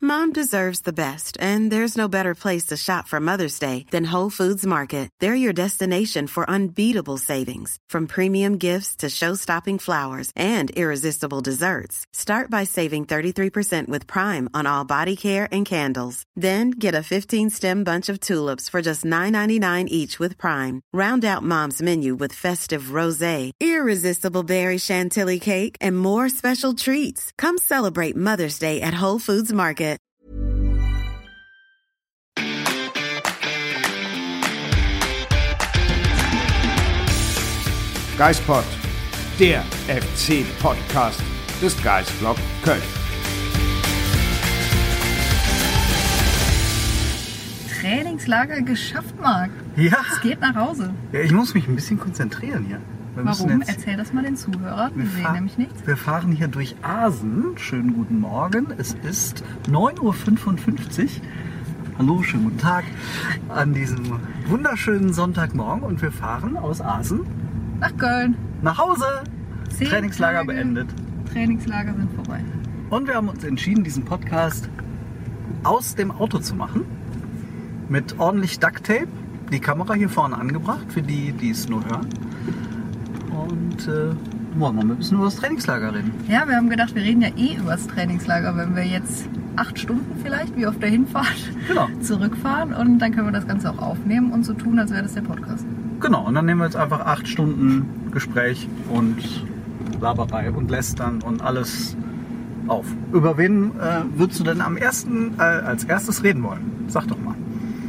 Mom deserves the best, and there's no better place to shop for Mother's Day than Whole Foods Market. They're your destination for unbeatable savings, from premium gifts to show-stopping flowers and irresistible desserts. Start by saving 33% with Prime on all body care and candles. Then get a 15-stem bunch of tulips for just $9.99 each with Prime. Round out Mom's menu with festive rosé, irresistible berry chantilly cake, and more special treats. Come celebrate Mother's Day at Whole Foods Market. Geispod, der FC-Podcast des Geistblog Köln. Trainingslager geschafft, Marc. Ja. Es geht nach Hause. Ja, ich muss mich ein bisschen konzentrieren hier. Warum? Erzähl das mal den Zuhörern. Wir sehen nämlich nichts. Wir fahren hier durch Asen. Schönen guten Morgen. Es ist 9.55 Uhr. Hallo, schönen guten Tag an diesem wunderschönen Sonntagmorgen. Und wir fahren aus Asen nach Köln. Nach Hause. 10 Trainingslager Tage beendet. Trainingslager sind vorbei. Und wir haben uns entschieden, diesen Podcast aus dem Auto zu machen. Mit ordentlich Ducktape. Die Kamera hier vorne angebracht, für die, die es nur hören. Und wollen wir ein bisschen über das Trainingslager reden. Ja, wir haben gedacht, wir reden ja über das Trainingslager, wenn wir jetzt 8 Stunden vielleicht, wie auf der Hinfahrt, zurückfahren. Und dann können wir das Ganze auch aufnehmen und so tun, als wäre das der Podcast. Genau, und dann nehmen wir jetzt einfach 8 Stunden Gespräch und Laberei und Lästern und alles auf. Über wen würdest du denn als erstes reden wollen? Sag doch mal.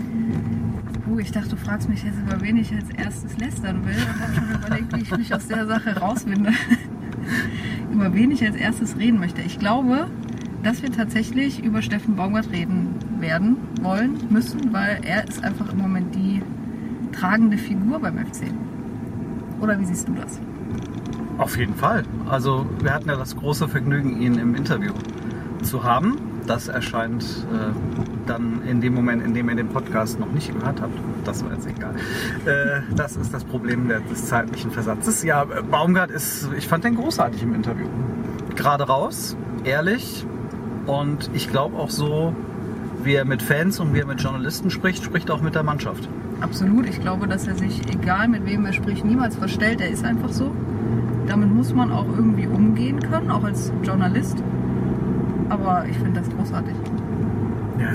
Ich dachte, du fragst mich jetzt, über wen ich als erstes lästern will und habe schon überlegt, wie ich mich aus der Sache rauswinde. Über wen ich als erstes reden möchte. Ich glaube, dass wir tatsächlich über Steffen Baumgart reden werden, wollen, müssen, weil er ist einfach im Moment die tragende Figur beim FC. Oder wie siehst du das? Auf jeden Fall. Also wir hatten ja das große Vergnügen, ihn im Interview zu haben. Das erscheint dann in dem Moment, in dem ihr den Podcast noch nicht gehört habt. Das war jetzt egal. Das ist das Problem des zeitlichen Versatzes. Ja, Baumgart ich fand den großartig im Interview. Gerade raus, ehrlich und ich glaube auch so, wie er mit Fans und wie er mit Journalisten spricht auch mit der Mannschaft. Absolut. Ich glaube, dass er sich, egal mit wem er spricht, niemals verstellt. Er ist einfach so. Damit muss man auch irgendwie umgehen können, auch als Journalist. Aber ich finde das großartig. Ja,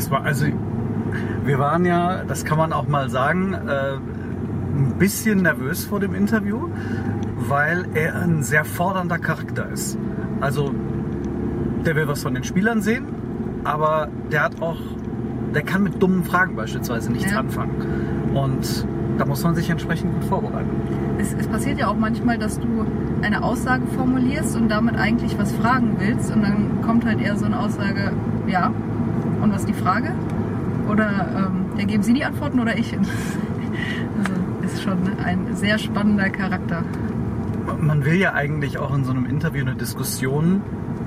wir waren ja, das kann man auch mal sagen, ein bisschen nervös vor dem Interview, weil er ein sehr fordernder Charakter ist. Also, der will was von den Spielern sehen, aber der kann mit dummen Fragen beispielsweise nichts anfangen. Und da muss man sich entsprechend gut vorbereiten. Es passiert ja auch manchmal, dass du eine Aussage formulierst und damit eigentlich was fragen willst und dann kommt halt eher so eine Aussage, ja, und was ist die Frage? Oder geben Sie die Antworten oder ich? Also ist schon ein sehr spannender Charakter. Man will ja eigentlich auch in so einem Interview eine Diskussion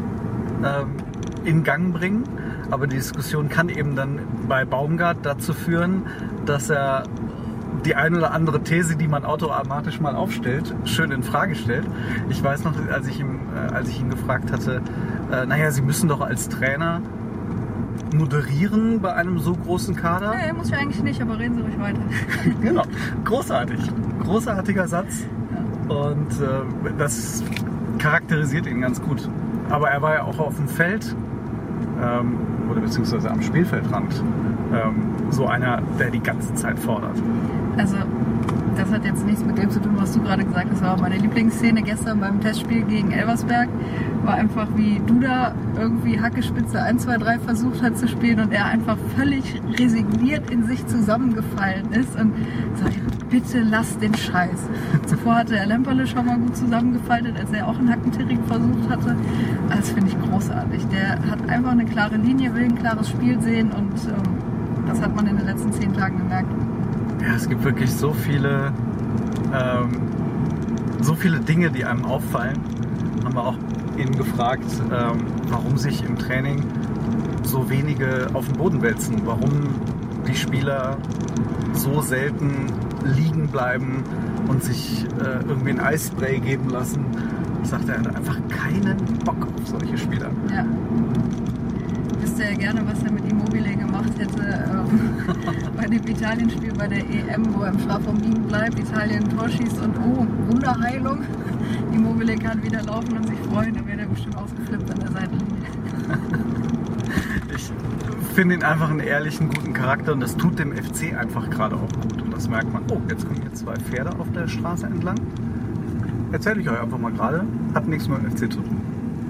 in Gang bringen, aber die Diskussion kann eben dann bei Baumgart dazu führen, dass er die eine oder andere These, die man automatisch mal aufstellt, schön in Frage stellt. Ich weiß noch, als ich ihn gefragt hatte, Sie müssen doch als Trainer moderieren bei einem so großen Kader? Nee, muss ich eigentlich nicht, aber reden Sie ruhig weiter. Genau, großartig. Großartiger Satz. Ja. Und das charakterisiert ihn ganz gut. Aber er war ja auch auf dem Feld, oder beziehungsweise am Spielfeldrand, so einer, der die ganze Zeit fordert. Also, das hat jetzt nichts mit dem zu tun, was du gerade gesagt hast. Das war auch meine Lieblingsszene gestern beim Testspiel gegen Elversberg. War einfach, wie Duda irgendwie Hackespitze 1, 2, 3 versucht hat zu spielen und er einfach völlig resigniert in sich zusammengefallen ist und sagte, bitte lass den Scheiß. Zuvor hatte er Lemperle schon mal gut zusammengefaltet, als er auch einen Hackentierring versucht hatte. Das finde ich großartig. Der hat einfach eine klare Linie, will ein klares Spiel sehen und das hat man in den letzten 10 Tagen gemerkt. Ja, es gibt wirklich so viele Dinge, die einem auffallen. Haben wir auch ihn gefragt, warum sich im Training so wenige auf den Boden wälzen, warum die Spieler so selten liegen bleiben und sich irgendwie ein Eisspray geben lassen. Ich sagte, er hat einfach keinen Bock auf solche Spieler. Ja. wüsste ja gerne, was er mit Immobile gemacht hätte bei dem Italien-Spiel, bei der EM, wo er im Strafraum liegen bleibt, Italien ein Tor schießt und Wunderheilung. Immobile kann wieder laufen und sich freuen, dann wäre er bestimmt ausgeflippt an der Seitenlinie. Ich finde ihn einfach einen ehrlichen, guten Charakter und das tut dem FC einfach gerade auch gut. Und das merkt man. Oh, jetzt kommen hier 2 Pferde auf der Straße entlang. Erzähle ich euch einfach mal gerade. Hat nichts mit dem FC zu tun.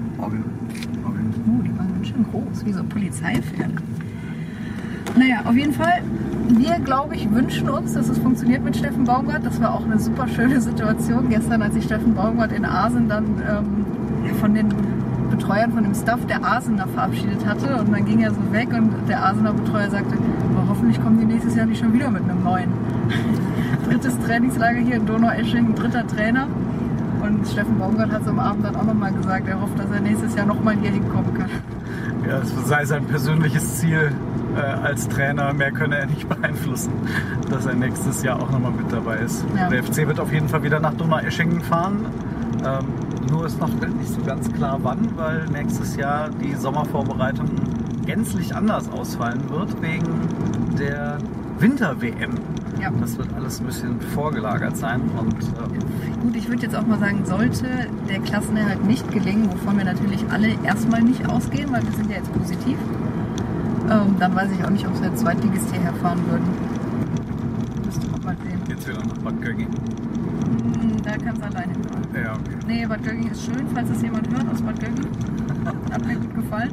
Die waren ganz schön groß, wie so Polizeipferde. Naja, auf jeden Fall, wir, glaube ich, wünschen uns, dass es funktioniert mit Steffen Baumgart. Das war auch eine super schöne Situation gestern, als sich Steffen Baumgart in Asen dann von den Betreuern, von dem Staff der Asener verabschiedet hatte. Und dann ging er so weg und der Asener Betreuer sagte, oh, hoffentlich kommen die nächstes Jahr nicht schon wieder mit einem neuen. 3. Trainingslager hier in Donaueschingen, 3. Trainer. Und Steffen Baumgart hat es am Abend dann auch nochmal gesagt, er hofft, dass er nächstes Jahr nochmal hier hinkommen kann. Ja, das sei sein persönliches Ziel als Trainer. Mehr könne er nicht beeinflussen, dass er nächstes Jahr auch nochmal mit dabei ist. Ja. Der FC wird auf jeden Fall wieder nach Donaueschingen fahren. Nur ist noch nicht so ganz klar wann, weil nächstes Jahr die Sommervorbereitung gänzlich anders ausfallen wird wegen der Winter-WM. Ja. Das wird alles ein bisschen vorgelagert sein. Und, gut, ich würde jetzt auch mal sagen, sollte der Klassenerhalt nicht gelingen, wovon wir natürlich alle erstmal nicht ausgehen, weil wir sind ja jetzt positiv, dann weiß ich auch nicht, ob wir als Zweitligist hierher fahren würden. Müsste man mal sehen. Jetzt wieder nach Bad Gögging. Da kannst du alleine hinfahren. Ja, okay. Nee, Bad Gögging ist schön, falls es jemand hört aus Bad Gögging. Hat mir gut gefallen.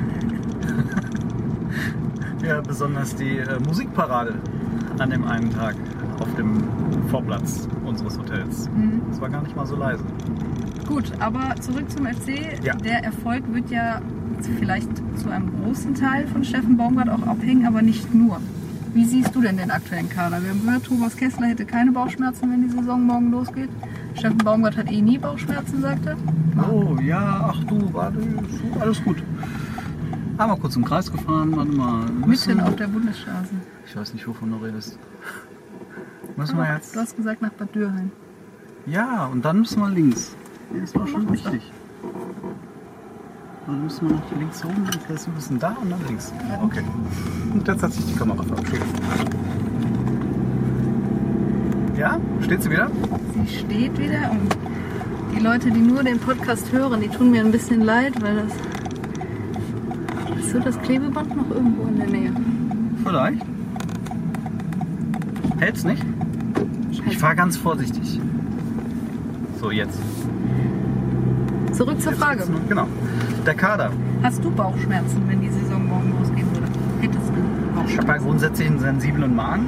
Ja, besonders die Musikparade an dem einen Tag auf dem Vorplatz unseres Hotels. Das war gar nicht mal so leise. Gut, aber zurück zum FC. Ja. Der Erfolg wird ja vielleicht zu einem großen Teil von Steffen Baumgart auch abhängen, aber nicht nur. Wie siehst du denn den aktuellen Kader? Wir haben gehört, Thomas Kessler hätte keine Bauchschmerzen, wenn die Saison morgen losgeht. Steffen Baumgart hat nie Bauchschmerzen, sagt er. Oh ja, ach du, warte, alles gut. Einmal kurz im Kreis gefahren, warte mal. Mitten auf der Bundesstraße. Ich weiß nicht, wovon du redest. Müssen wir jetzt? Du hast gesagt nach Bad Dürrheim. Ja, und dann müssen wir links. Das war schon richtig. Dann müssen wir nach links rum, dann ist ein bisschen da und dann links. Okay. Und jetzt hat sich die Kamera verabschiedet. Ja, steht sie wieder? Sie steht wieder und die Leute, die nur den Podcast hören, die tun mir ein bisschen leid, weil das... Ist so das Klebeband noch irgendwo in der Nähe? Vielleicht. Hält's nicht? Ich fahre ganz vorsichtig. So, jetzt. Zurück zur Frage. Genau. Der Kader. Hast du Bauchschmerzen, wenn die Saison morgen losgehen würde? Hättest du Bauchschmerzen? Ich habe ja grundsätzlich einen sensiblen Magen.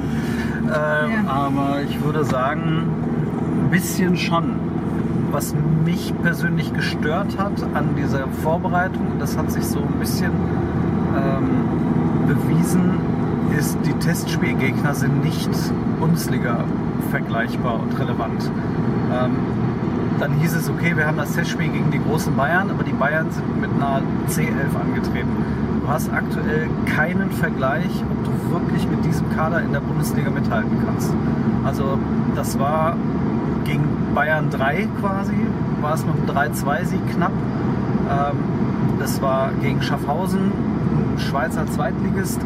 Aber ich würde sagen, ein bisschen schon. Was mich persönlich gestört hat an dieser Vorbereitung, und das hat sich so ein bisschen bewiesen, ist, die Testspielgegner sind nicht Bundesliga vergleichbar und relevant. Dann hieß es, okay, wir haben das Testspiel gegen die großen Bayern, aber die Bayern sind mit einer C11 angetreten. Du hast aktuell keinen Vergleich, ob du wirklich mit diesem Kader in der Bundesliga mithalten kannst. Also das war gegen Bayern 3 quasi, war es noch ein 3-2-Sieg knapp. Das war gegen Schaffhausen, ein Schweizer Zweitligist,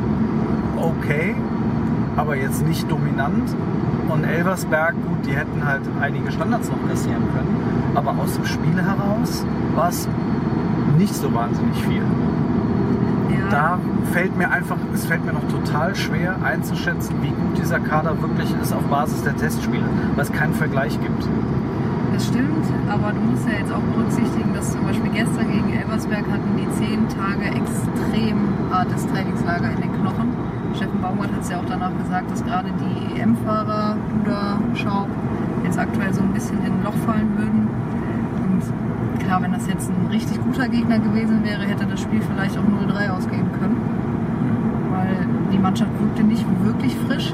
okay, aber jetzt nicht dominant. Und Elversberg, gut, die hätten halt einige Standards noch kassieren können, aber aus dem Spiel heraus war es nicht so wahnsinnig viel. Ja. Da fällt mir noch total schwer einzuschätzen, wie gut dieser Kader wirklich ist auf Basis der Testspiele, weil es keinen Vergleich gibt. Das stimmt, aber du musst ja jetzt auch berücksichtigen, dass zum Beispiel gestern gegen Elversberg hatten die 10 Tage extrem hartes Trainingslager in den Knochen. Steffen Baumgart hat es ja auch danach gesagt, dass gerade die EM-Fahrer, Duda, Schaub, jetzt aktuell so ein bisschen in ein Loch fallen würden. Und klar, wenn das jetzt ein richtig guter Gegner gewesen wäre, hätte das Spiel vielleicht auch 0-3 ausgehen können. Weil die Mannschaft wirkte nicht wirklich frisch.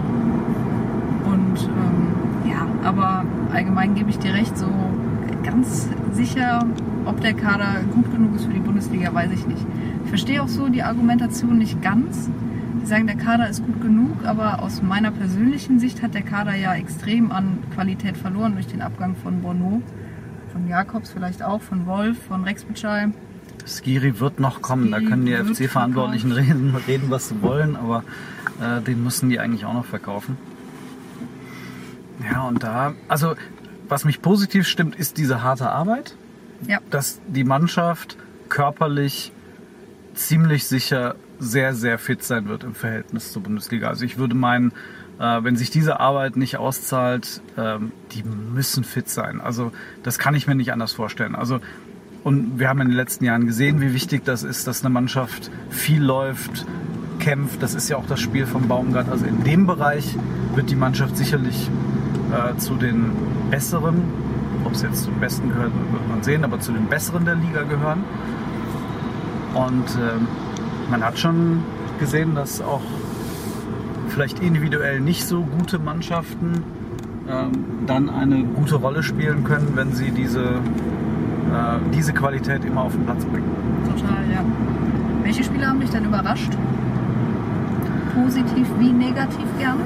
Und ja, aber allgemein gebe ich dir recht, so ganz sicher, ob der Kader gut genug ist für die Bundesliga, weiß ich nicht. Ich verstehe auch so die Argumentation nicht ganz. Die sagen, der Kader ist gut genug, aber aus meiner persönlichen Sicht hat der Kader ja extrem an Qualität verloren durch den Abgang von Bono, von Jakobs vielleicht auch, von Wolf, von Rex Bitschei. Skiri wird noch kommen, da können die FC-Verantwortlichen reden, was sie wollen, aber den müssen die eigentlich auch noch verkaufen. Ja, und also was mich positiv stimmt, ist diese harte Arbeit, dass die Mannschaft körperlich ziemlich sicher sehr, sehr fit sein wird im Verhältnis zur Bundesliga. Also ich würde meinen, wenn sich diese Arbeit nicht auszahlt, die müssen fit sein. Also das kann ich mir nicht anders vorstellen. Also und wir haben in den letzten Jahren gesehen, wie wichtig das ist, dass eine Mannschaft viel läuft, kämpft. Das ist ja auch das Spiel von Baumgart. Also in dem Bereich wird die Mannschaft sicherlich zu den Besseren, ob es jetzt zum Besten gehört, wird man sehen, aber zu den Besseren der Liga gehören. Und man hat schon gesehen, dass auch vielleicht individuell nicht so gute Mannschaften dann eine gute Rolle spielen können, wenn sie diese Qualität immer auf den Platz bringen. Total, ja. Welche Spieler haben dich denn überrascht? Positiv wie negativ gerne?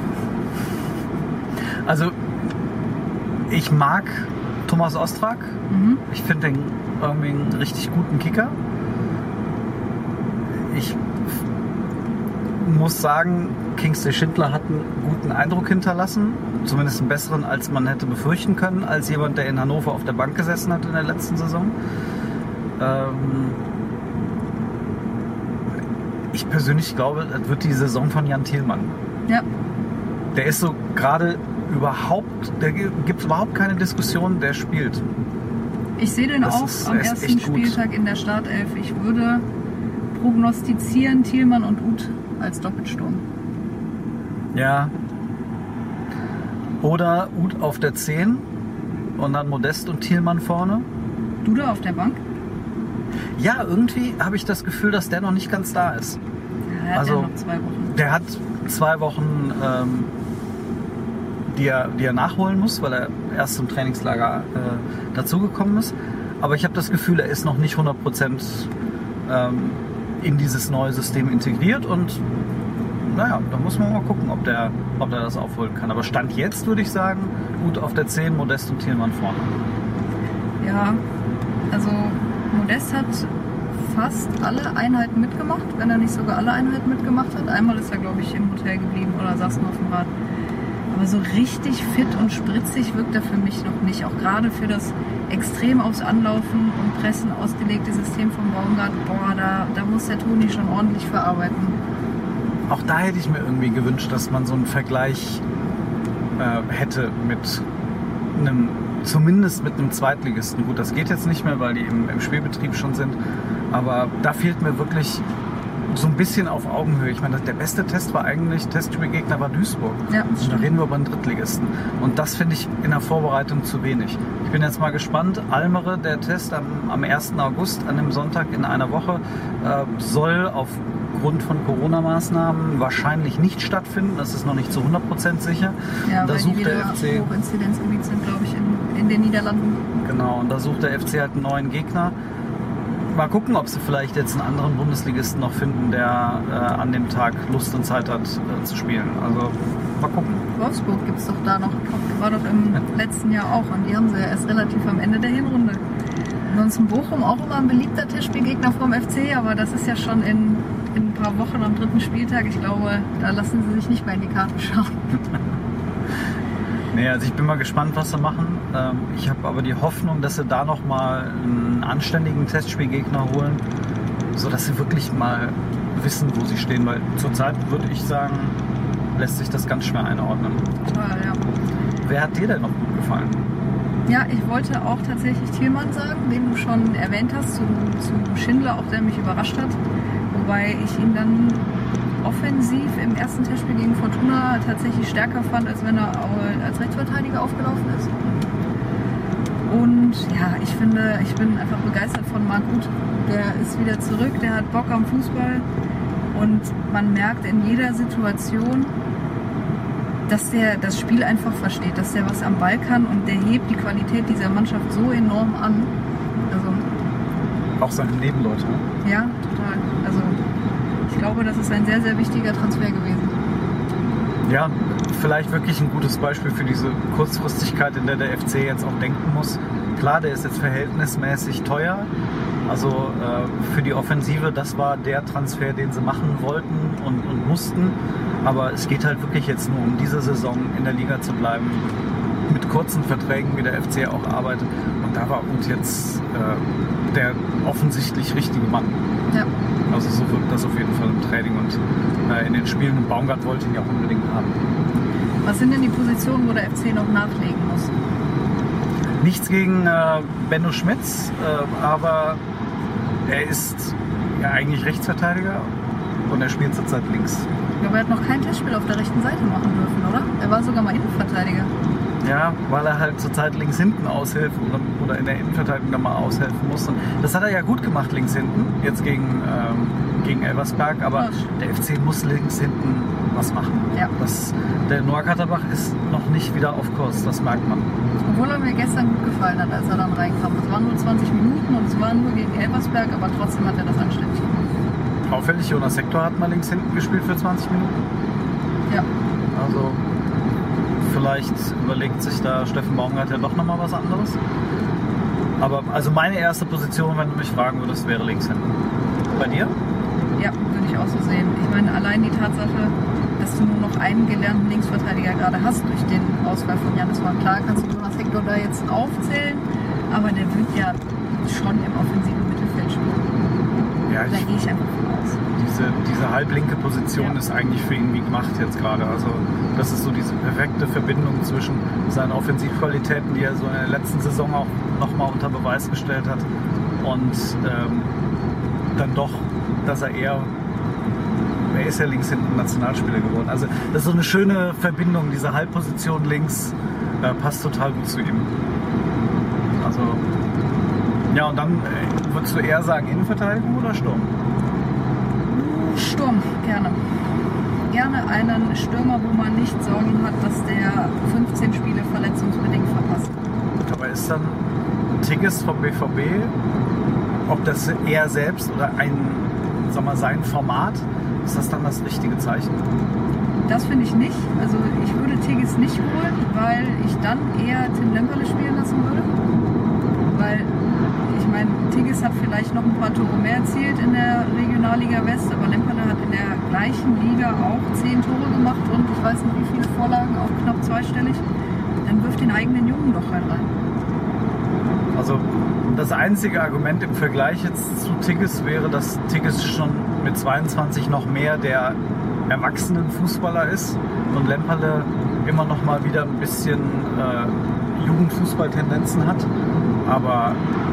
Also ich mag Thomas Ostrak. Ich finde den irgendwie einen richtig guten Kicker. Ich muss sagen, Kingsley Schindler hat einen guten Eindruck hinterlassen. Zumindest einen besseren, als man hätte befürchten können, als jemand, der in Hannover auf der Bank gesessen hat in der letzten Saison. Ich persönlich glaube, das wird die Saison von Jan Thielmann. Ja. Der ist so gerade da gibt es überhaupt keine Diskussion, der spielt. Ich sehe den auch am ersten Spieltag in der Startelf. Ich würde prognostizieren Thielmann und Uth als Doppelsturm. Ja. Oder Uth auf der 10 und dann Modest und Thielmann vorne. Duda auf der Bank? Ja, irgendwie habe ich das Gefühl, dass der noch nicht ganz da ist. Ja, er hat ja noch 2 Wochen. Der hat 2 Wochen, die er nachholen muss, weil er erst zum Trainingslager dazugekommen ist. Aber ich habe das Gefühl, er ist noch nicht 100% in dieses neue System integriert und naja, da muss man mal gucken, ob der das aufholen kann. Aber Stand jetzt würde ich sagen, gut auf der 10, Modest und Thielmann vorne. Ja, also Modest hat fast alle Einheiten mitgemacht, wenn er nicht sogar alle Einheiten mitgemacht hat. Einmal ist er, glaube ich, im Hotel geblieben oder saß noch auf dem Rad. Aber so richtig fit und spritzig wirkt er für mich noch nicht. Auch gerade für das extrem aufs Anlaufen und Pressen ausgelegte System von Baumgart. Boah, da muss der Toni schon ordentlich verarbeiten. Auch da hätte ich mir irgendwie gewünscht, dass man so einen Vergleich hätte mit zumindest mit einem Zweitligisten. Gut, das geht jetzt nicht mehr, weil die im Spielbetrieb schon sind. Aber da fehlt mir wirklich so ein bisschen auf Augenhöhe. Ich meine, der beste Testspielgegner war Duisburg. Ja, und da reden wir über einen Drittligisten. Und das finde ich in der Vorbereitung zu wenig. Ich bin jetzt mal gespannt. Almere, der Test am 1. August, an dem Sonntag in einer Woche, soll aufgrund von Corona-Maßnahmen wahrscheinlich nicht stattfinden. Das ist noch nicht zu 100% sicher. Ja, da weil sucht die der wieder FC Hochinzidenzgebiet sind, glaube ich, in den Niederlanden. Genau, und da sucht der FC halt einen neuen Gegner. Mal gucken, ob sie vielleicht jetzt einen anderen Bundesligisten noch finden, der an dem Tag Lust und Zeit hat zu spielen. Also mal gucken. Wolfsburg gibt es doch da noch. War doch im letzten Jahr auch. Und die haben sie ja erst relativ am Ende der Hinrunde. Ansonsten Bochum auch immer ein beliebter Testspielgegner vom FC, aber das ist ja schon in ein paar Wochen am 3. Spieltag. Ich glaube, da lassen sie sich nicht mehr in die Karten schauen. Nee, also ich bin mal gespannt, was sie machen. Ich habe aber die Hoffnung, dass sie da nochmal einen anständigen Testspielgegner holen, sodass sie wirklich mal wissen, wo sie stehen. Weil zurzeit würde ich sagen, lässt sich das ganz schwer einordnen. Total, ja. Wer hat dir denn noch gut gefallen? Ja, ich wollte auch tatsächlich Thielmann sagen, den du schon erwähnt hast, zu Schindler, auch der mich überrascht hat. Wobei ich ihn dann offensiv im ersten Testspiel gegen Fortuna tatsächlich stärker fand, als wenn er als Rechtsverteidiger aufgelaufen ist. Und ja, ich bin einfach begeistert von Marc Uth. Der ist wieder zurück, der hat Bock am Fußball und man merkt in jeder Situation, dass der das Spiel einfach versteht, dass der was am Ball kann und der hebt die Qualität dieser Mannschaft so enorm an. Also, auch seine Nebenleute, ne? Ja, total. Also ich glaube, das ist ein sehr, sehr wichtiger Transfer gewesen. Ja, vielleicht wirklich ein gutes Beispiel für diese Kurzfristigkeit, in der der FC jetzt auch denken muss. Klar, der ist jetzt verhältnismäßig teuer Also für die Offensive, das war der Transfer, den sie machen wollten und mussten. Aber es geht halt wirklich jetzt nur um diese Saison in der Liga zu bleiben, mit kurzen Verträgen, wie der FC auch arbeitet. Und da war uns jetzt der offensichtlich richtige Mann. Ja. Also so wirkt das auf jeden Fall im Training und in den Spielen. Und Baumgart wollte ihn ja auch unbedingt haben. Was sind denn die Positionen, wo der FC noch nachlegen muss? Nichts gegen Benno Schmitz, aber er ist ja eigentlich Rechtsverteidiger und er spielt zurzeit links. Aber er hat noch kein Testspiel auf der rechten Seite machen dürfen, oder? Er war sogar mal Innenverteidiger. Ja, weil er halt zurzeit links hinten aushilft oder in der Innenverteidigung dann mal aushelfen muss. Und das hat er ja gut gemacht links hinten, jetzt gegen Elversberg, aber Ja, der FC muss links hinten was machen. Ja. Der Noah Katterbach ist noch nicht wieder auf Kurs, das merkt man. Obwohl er mir gestern gut gefallen hat, als er dann reinkam. Es waren nur 20 Minuten und es war nur gegen Elversberg, aber trotzdem hat er das anständig gemacht. Auffällig, Jonas Hector hat mal links hinten gespielt für 20 Minuten. Ja. Also vielleicht überlegt sich da Steffen Baumgart ja doch nochmal was anderes. Aber also meine erste Position, wenn du mich fragen würdest, wäre links hinten. Bei dir? Ja, würde ich auch so sehen. Ich meine, allein die Tatsache, dass du nur noch einen gelernten Linksverteidiger gerade hast durch den Ausfall von Janis Horn. Klar kannst du Jonas Hector da jetzt aufzählen, aber der wird ja schon im offensiven Mittelfeld spielen. Ja, Da gehe ich einfach von aus. diese halblinke Position ist eigentlich für ihn wie gemacht jetzt gerade. Also das ist so diese perfekte Verbindung zwischen seinen Offensivqualitäten, die er so in der letzten Saison auch nochmal unter Beweis gestellt hat, und dann doch, dass er ist ja links hinten Nationalspieler geworden. Also das ist so eine schöne Verbindung, diese Halbposition links passt total gut zu ihm. Also ja, und dann würdest du eher sagen Innenverteidigung oder Sturm? Sturm, gerne. Gerne einen Stürmer, wo man nicht Sorgen hat, dass der 15 Spiele verletzungsbedingt verpasst. Aber ist dann Tigges vom BVB, ob das er selbst oder sein Format, ist das dann das richtige Zeichen? Das finde ich nicht. Also ich würde Tigges nicht holen, weil ich dann eher Tim Lemperle spielen lassen würde. Weil ich meine, Tigges hat vielleicht noch ein paar Tore mehr erzielt in der Regionalliga West, aber Lemperle hat in der gleichen Liga auch 10 Tore gemacht und ich weiß nicht wie viele Vorlagen, auch knapp zweistellig. Dann wirft den eigenen Jungen doch halt rein. Also das einzige Argument im Vergleich jetzt zu Tigges wäre, dass Tigges schon mit 22 noch mehr der Erwachsenenfußballer ist und Lemperle immer noch mal wieder ein bisschen Jugendfußballtendenzen hat. Aber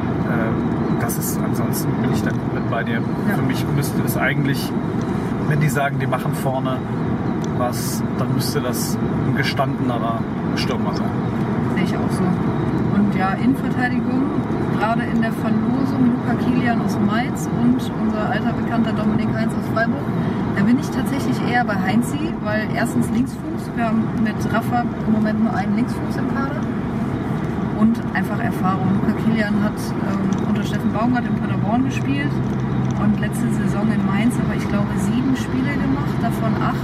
das ist, ansonsten bin ich da komplett bei dir. Ja. Für mich müsste es eigentlich, wenn die sagen, die machen vorne was, dann müsste das ein gestandenerer Stürmer sein. Sehe ich auch so. Und ja, Innenverteidigung, gerade in der Verlosung Luca Kilian aus Mainz und unser alter Bekannter Dominik Heinz aus Freiburg, da bin ich tatsächlich eher bei Heinzi, weil erstens Linksfuß, wir haben mit Rafa im Moment nur einen Linksfuß im Kader und einfach Erfahrung. Luca Kilian hat unter Steffen Baumgart in Paderborn gespielt und letzte Saison in Mainz, aber ich glaube 7 Spiele gemacht, davon 8.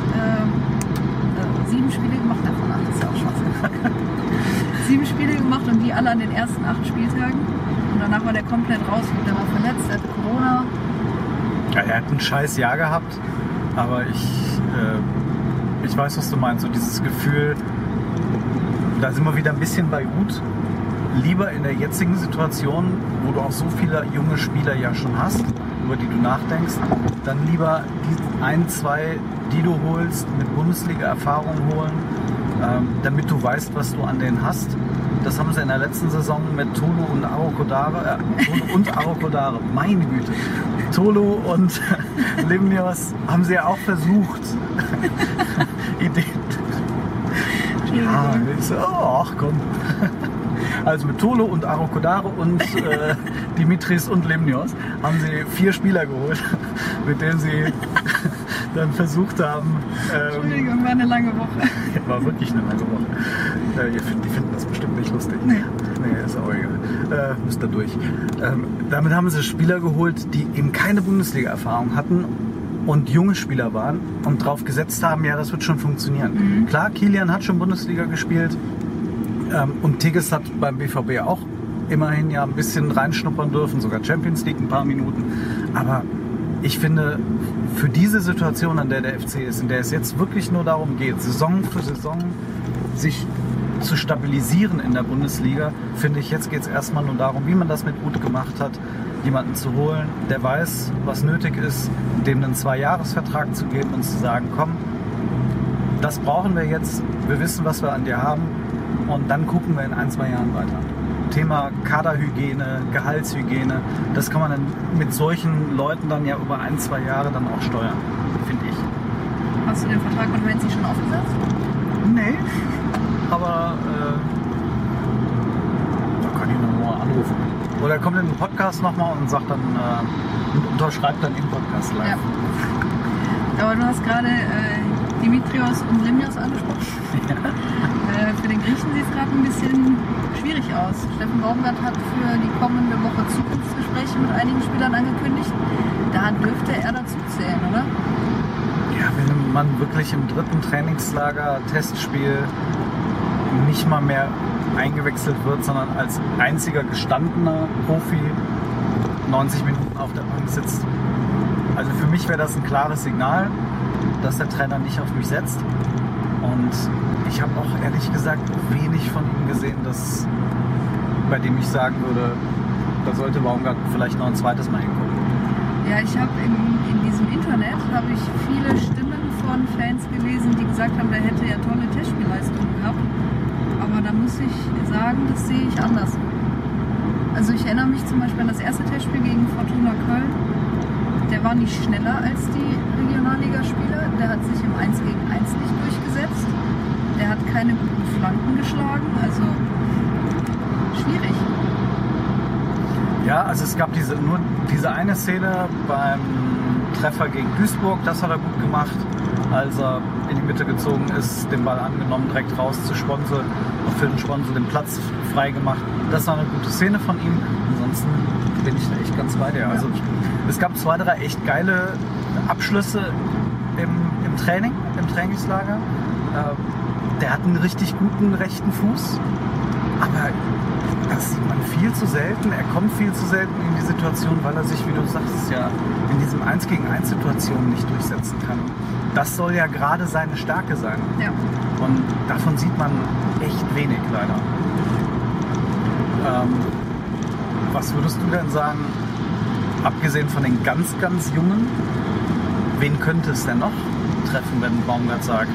7 Spiele gemacht, davon 8 ist ja auch Schwachsinn. 7 Spiele gemacht und die alle an den ersten 8 Spieltagen. Und danach war der komplett raus. Der war verletzt, er hatte Corona. Ja, er hat ein scheiß Jahr gehabt, aber ich weiß, was du meinst. So dieses Gefühl, da sind wir wieder ein bisschen bei Uth. Lieber in der jetzigen Situation, wo du auch so viele junge Spieler ja schon hast, über die du nachdenkst, dann lieber die 1, 2, die du holst, mit Bundesliga-Erfahrung holen, damit du weißt, was du an denen hast. Das haben sie in der letzten Saison mit Tolo und Arokodare, meine Güte. Tolo und Limnios haben sie ja auch versucht. Ideen. Ja, ich so, ach komm. Also mit Tolo und Arokodare und Dimitris und Limnios haben sie 4 Spieler geholt, mit denen sie dann versucht haben. Entschuldigung, war eine lange Woche. War wirklich eine lange Woche. Die finden das bestimmt nicht lustig. Nee. Nee, ist auch egal. Müsst ihr durch. Damit haben sie Spieler geholt, die eben keine Bundesliga-Erfahrung hatten und junge Spieler waren und drauf gesetzt haben, ja, das wird schon funktionieren. Klar, Kilian hat schon Bundesliga gespielt und Tigges hat beim BVB auch immerhin ja ein bisschen reinschnuppern dürfen, sogar Champions League ein paar Minuten. Aber ich finde, für diese Situation, an der der FC ist, in der es jetzt wirklich nur darum geht, Saison für Saison sich zu stabilisieren in der Bundesliga, finde ich, jetzt geht es erstmal nur darum, wie man das mit Uth gemacht hat, jemanden zu holen, der weiß, was nötig ist, dem einen 2-Jahres-Vertrag zu geben und zu sagen, komm, das brauchen wir jetzt, wir wissen, was wir an dir haben und dann gucken wir in 1-2 Jahren weiter. Thema Kaderhygiene, Gehaltshygiene, das kann man dann mit solchen Leuten dann ja über 1-2 Jahre dann auch steuern, finde ich. Hast du den Vertrag mit Renzi schon aufgesetzt? Nee, aber da kann ich noch mal anrufen. Oder er kommt in den Podcast nochmal und sagt dann und unterschreibt dann im Podcast live. Ja. Aber du hast gerade Dimitrios und Limnios angesprochen. Ja. Für den Griechen sieht es gerade ein bisschen schwierig aus. Steffen Baumgart hat für die kommende Woche Zukunftsgespräche mit einigen Spielern angekündigt. Da dürfte er dazu zählen, oder? Ja, wenn man wirklich im 3. Trainingslager, Testspiel nicht mal mehr eingewechselt wird, sondern als einziger gestandener Profi 90 Minuten auf der Bank sitzt. Also für mich wäre das ein klares Signal, dass der Trainer nicht auf mich setzt. Und ich habe auch ehrlich gesagt wenig von ihm gesehen, bei dem ich sagen würde, da sollte Baumgart vielleicht noch ein zweites Mal hingucken. Ja, ich habe in diesem Internet viele Stimmen von Fans gelesen, die gesagt haben, der hätte ja tolle Testspielleistungen gehabt. Aber da muss ich sagen, das sehe ich anders. Also ich erinnere mich zum Beispiel an das erste Testspiel gegen Fortuna Köln. Der war nicht schneller als die Regionalligaspieler. Der hat sich im 1 gegen 1 nicht durchgesetzt. Der hat keine guten Flanken geschlagen. Also schwierig. Ja, also es gab nur diese eine Szene beim Treffer gegen Duisburg. Das hat er gut gemacht, als er in die Mitte gezogen ist, den Ball angenommen, direkt raus zu Sponsor und für den Sponsor den Platz frei gemacht. Das war eine gute Szene von ihm. Ansonsten bin ich da echt ganz bei dir. Also es gab 2, 3 echt geile Abschlüsse im Training, im Trainingslager. Der hat einen richtig guten rechten Fuß, aber das sieht man viel zu selten. Er kommt viel zu selten in die Situation, weil er sich, wie du sagst, ja in diesem 1 gegen 1 Situationen nicht durchsetzen kann. Das soll ja gerade seine Stärke sein. Ja. Und davon sieht man echt wenig leider. Was würdest du denn sagen, abgesehen von den ganz, ganz Jungen, wen könnte es denn noch treffen, wenn Baumgart sagt,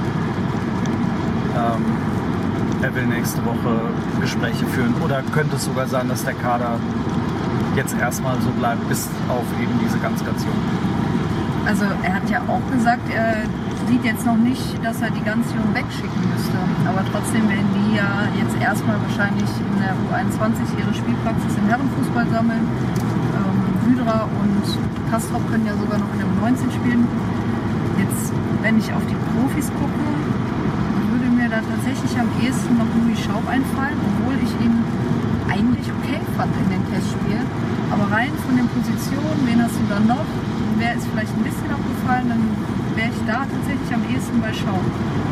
er will nächste Woche Gespräche führen? Oder könnte es sogar sein, dass der Kader jetzt erstmal so bleibt, bis auf eben diese ganz, ganz Jungen? Also er hat ja auch gesagt, er sieht jetzt noch nicht, dass er die ganz Jungen wegschicken müsste. Aber trotzdem werden die ja jetzt erstmal wahrscheinlich in der U21 ihre Spielpraxis im Herrenfußball sammeln. Hydra und Kastrop können ja sogar noch in der U19 spielen. Jetzt, wenn ich auf die Profis gucke, würde mir da tatsächlich am ehesten noch Louis Schaub einfallen, obwohl ich ihn eigentlich okay fand in den Testspielen. Aber rein von den Positionen, wen hast du da noch? Wer ist vielleicht ein bisschen aufgefallen, dann wäre ich da tatsächlich am ehesten bei Schaub.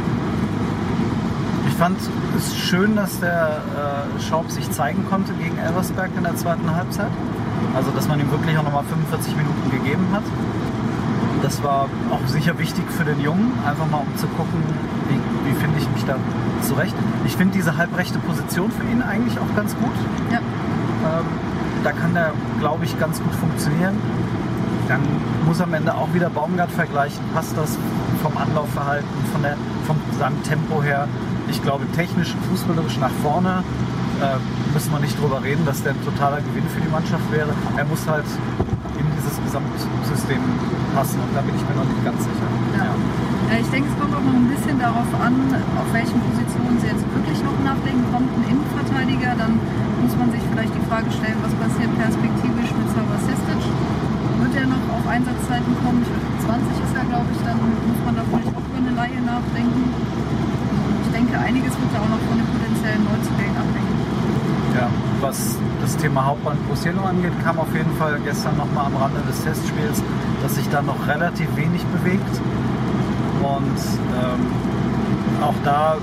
Ich fand es schön, dass der Schaub sich zeigen konnte gegen Elversberg in der 2. Halbzeit. Also, dass man ihm wirklich auch nochmal 45 Minuten gegeben hat. Das war auch sicher wichtig für den Jungen, einfach mal um zu gucken, wie finde ich mich da zurecht. Ich finde diese halbrechte Position für ihn eigentlich auch ganz gut. Ja. Da kann der, glaube ich, ganz gut funktionieren. Dann muss am Ende auch wieder Baumgart vergleichen. Passt das vom Anlaufverhalten, von seinem Tempo her? Ich glaube, technisch und fußballerisch nach vorne müssen wir nicht drüber reden, dass der ein totaler Gewinn für die Mannschaft wäre. Er muss halt in dieses Gesamtsystem passen und da bin ich mir noch nicht ganz sicher. Ja. Ja, ich denke, es kommt auch noch ein bisschen darauf an, auf welchen Positionen sie jetzt wirklich noch nachlegen. Kommt ein Innenverteidiger, dann muss man sich vielleicht die Frage stellen, was passiert perspektivisch mit Sava Sestic. Wird er noch auf Einsatzzeiten kommen? 20 ist er, glaube ich, dann muss man da vielleicht auch über eine Leihe nachdenken. Ich denke, einiges wird da auch noch von den potenziellen Neuzugängen abhängen. Ja, was das Thema Hauptmann Bruselo angeht, kam auf jeden Fall gestern nochmal am Rande des Testspiels, dass sich da noch relativ wenig bewegt. Und auch da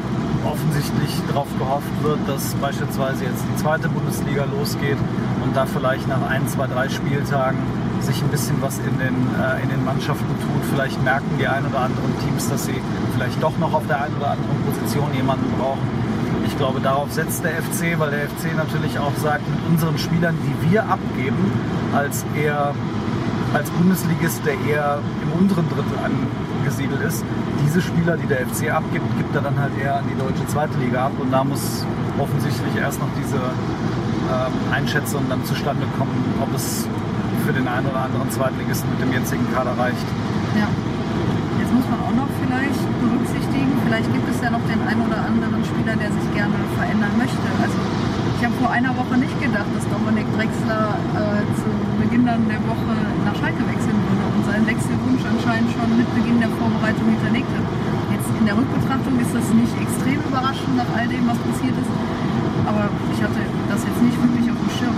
offensichtlich darauf gehofft wird, dass beispielsweise jetzt die zweite Bundesliga losgeht und da vielleicht nach 1, 2, 3 Spieltagen sich ein bisschen was in den Mannschaften tut. Vielleicht merken die ein oder anderen Teams, dass sie vielleicht doch noch auf der einen oder anderen Position jemanden brauchen. Ich glaube, darauf setzt der FC, weil der FC natürlich auch sagt, mit unseren Spielern, die wir abgeben, als Bundesligist, der eher im unteren Drittel angesiedelt ist, diese Spieler, die der FC abgibt, gibt er dann halt eher an die deutsche zweite Liga ab. Und da muss offensichtlich erst noch diese Einschätzung dann zustande kommen, ob es für den einen oder anderen Zweitligisten mit dem jetzigen Kader reicht. Ja. Jetzt muss man auch noch vielleicht berücksichtigen, vielleicht gibt es ja noch den einen oder anderen Spieler, der sich gerne verändern möchte. Also ich habe vor einer Woche nicht gedacht, dass Dominik Drexler zu Beginn dann der Woche nach Schalke wechseln würde und seinen Wechselwunsch anscheinend schon mit Beginn der Vorbereitung hinterlegt hat. Jetzt in der Rückbetrachtung ist das nicht extrem überraschend nach all dem, was passiert ist, aber ich hatte das jetzt nicht wirklich auf dem Schirm.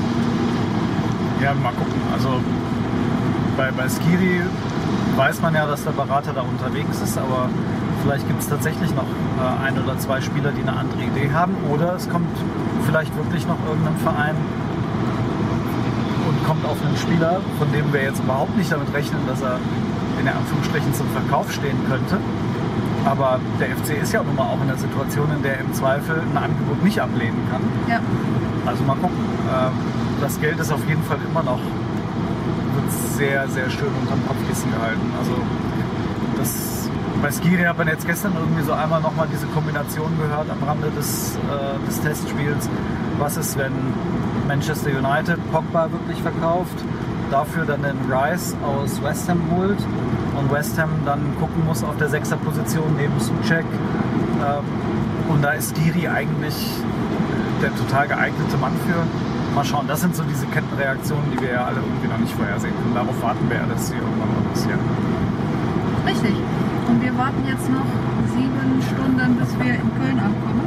Ja, mal gucken. Also bei Skiri weiß man ja, dass der Berater da unterwegs ist, aber vielleicht gibt es tatsächlich noch 1 oder 2 Spieler, die eine andere Idee haben, oder es kommt vielleicht wirklich noch irgendein Verein und kommt auf einen Spieler, von dem wir jetzt überhaupt nicht damit rechnen, dass er in der Anführungsstrichen zum Verkauf stehen könnte. Aber der FC ist ja nun mal auch in der Situation, in der er im Zweifel ein Angebot nicht ablehnen kann. Ja. Also mal gucken. Das Geld ist auf jeden Fall immer noch, wird sehr, sehr schön unterm Kopfkissen gehalten. Also bei Skiri hat man jetzt gestern irgendwie so einmal nochmal diese Kombination gehört am Rande des Testspiels. Was ist, wenn Manchester United Pogba wirklich verkauft, dafür dann den Rice aus West Ham holt und West Ham dann gucken muss auf der 6er Position neben Souček. Und da ist Skiri eigentlich der total geeignete Mann für. Mal schauen, das sind so diese Kettenreaktionen, die wir ja alle irgendwie noch nicht vorhersehen können. Darauf warten wir ja, dass sie irgendwann mal passieren. Richtig. Und wir warten jetzt noch 7 Stunden, bis wir in Köln ankommen.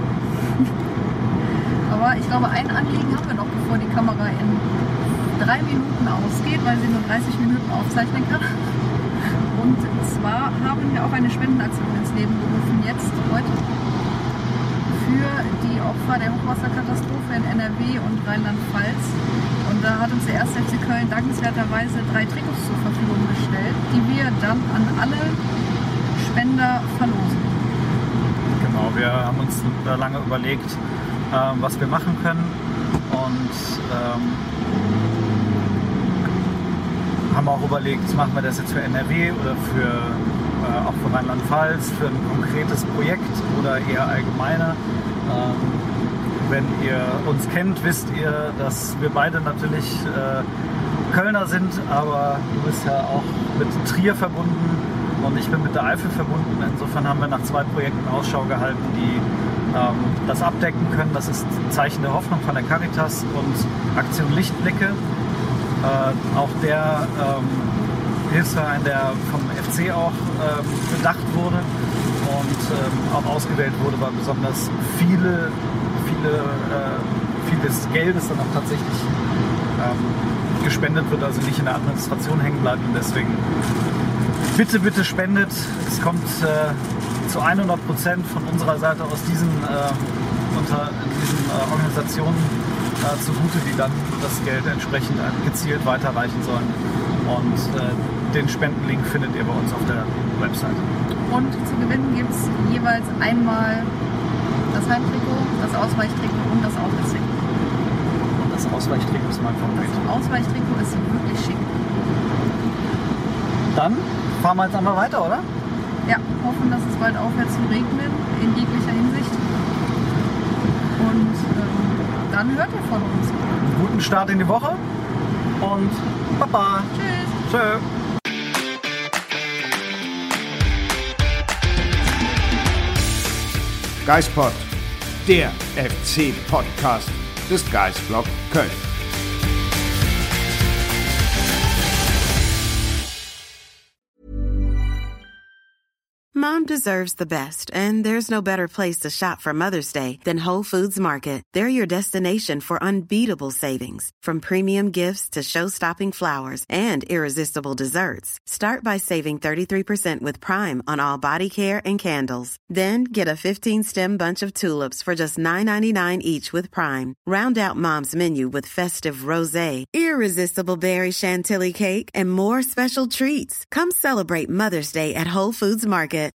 Aber ich glaube, ein Anliegen haben wir noch, bevor die Kamera in 3 Minuten ausgeht, weil sie nur 30 Minuten aufzeichnen kann. Und zwar haben wir auch eine Spendenaktion ins Leben gerufen, jetzt, heute, für die Opfer der Hochwasserkatastrophe in NRW und Rheinland-Pfalz. Und da hat uns der 1. FC Köln dankenswerterweise 3 Trikots zur Verfügung gestellt, die wir dann an alle Spender verlosen. Genau, wir haben uns lange überlegt, was wir machen können und haben auch überlegt, machen wir das jetzt für NRW oder auch für Rheinland-Pfalz, für ein konkretes Projekt oder eher allgemeiner. Wenn ihr uns kennt, wisst ihr, dass wir beide natürlich Kölner sind, aber du bist ja auch mit Trier verbunden und ich bin mit der Eifel verbunden. Insofern haben wir nach 2 Projekten Ausschau gehalten, die das abdecken können. Das ist Zeichen der Hoffnung von der Caritas und Aktion Lichtblicke. Auch der Hilfsverein, der vom FC auch bedacht wurde und auch ausgewählt wurde, weil besonders vieles Geldes dann auch tatsächlich gespendet wird, also nicht in der Administration hängen bleibt. Und deswegen bitte spendet. Es kommt zu 100% von unserer Seite aus diesen Organisationen zugute, die dann das Geld entsprechend gezielt weiterreichen sollen. Und den Spendenlink findet ihr bei uns auf der Website. Und zu gewinnen gibt es jeweils einmal das Heimtrikot, das Ausweichtrikot und das Outlet-Trikot. Und das Ausweichtrikot ist mein Favorit. Das Ausweichtrikot ist wirklich schick. Dann fahren wir jetzt einmal weiter, oder? Ja, hoffen, dass es bald aufhört zu regnen, in jeglicher Hinsicht. Und dann hört ihr von uns. Einen guten Start in die Woche und Baba. Tschüss. Tschö. Geispod, der FC-Podcast des Geistblog Köln. Mom deserves the best, and there's no better place to shop for Mother's Day than Whole Foods Market. They're your destination for unbeatable savings, from premium gifts to show-stopping flowers and irresistible desserts. Start by saving 33% with Prime on all body care and candles. Then get a 15-stem bunch of tulips for just $9.99 each with Prime. Round out Mom's menu with festive rosé, irresistible berry chantilly cake, and more special treats. Come celebrate Mother's Day at Whole Foods Market.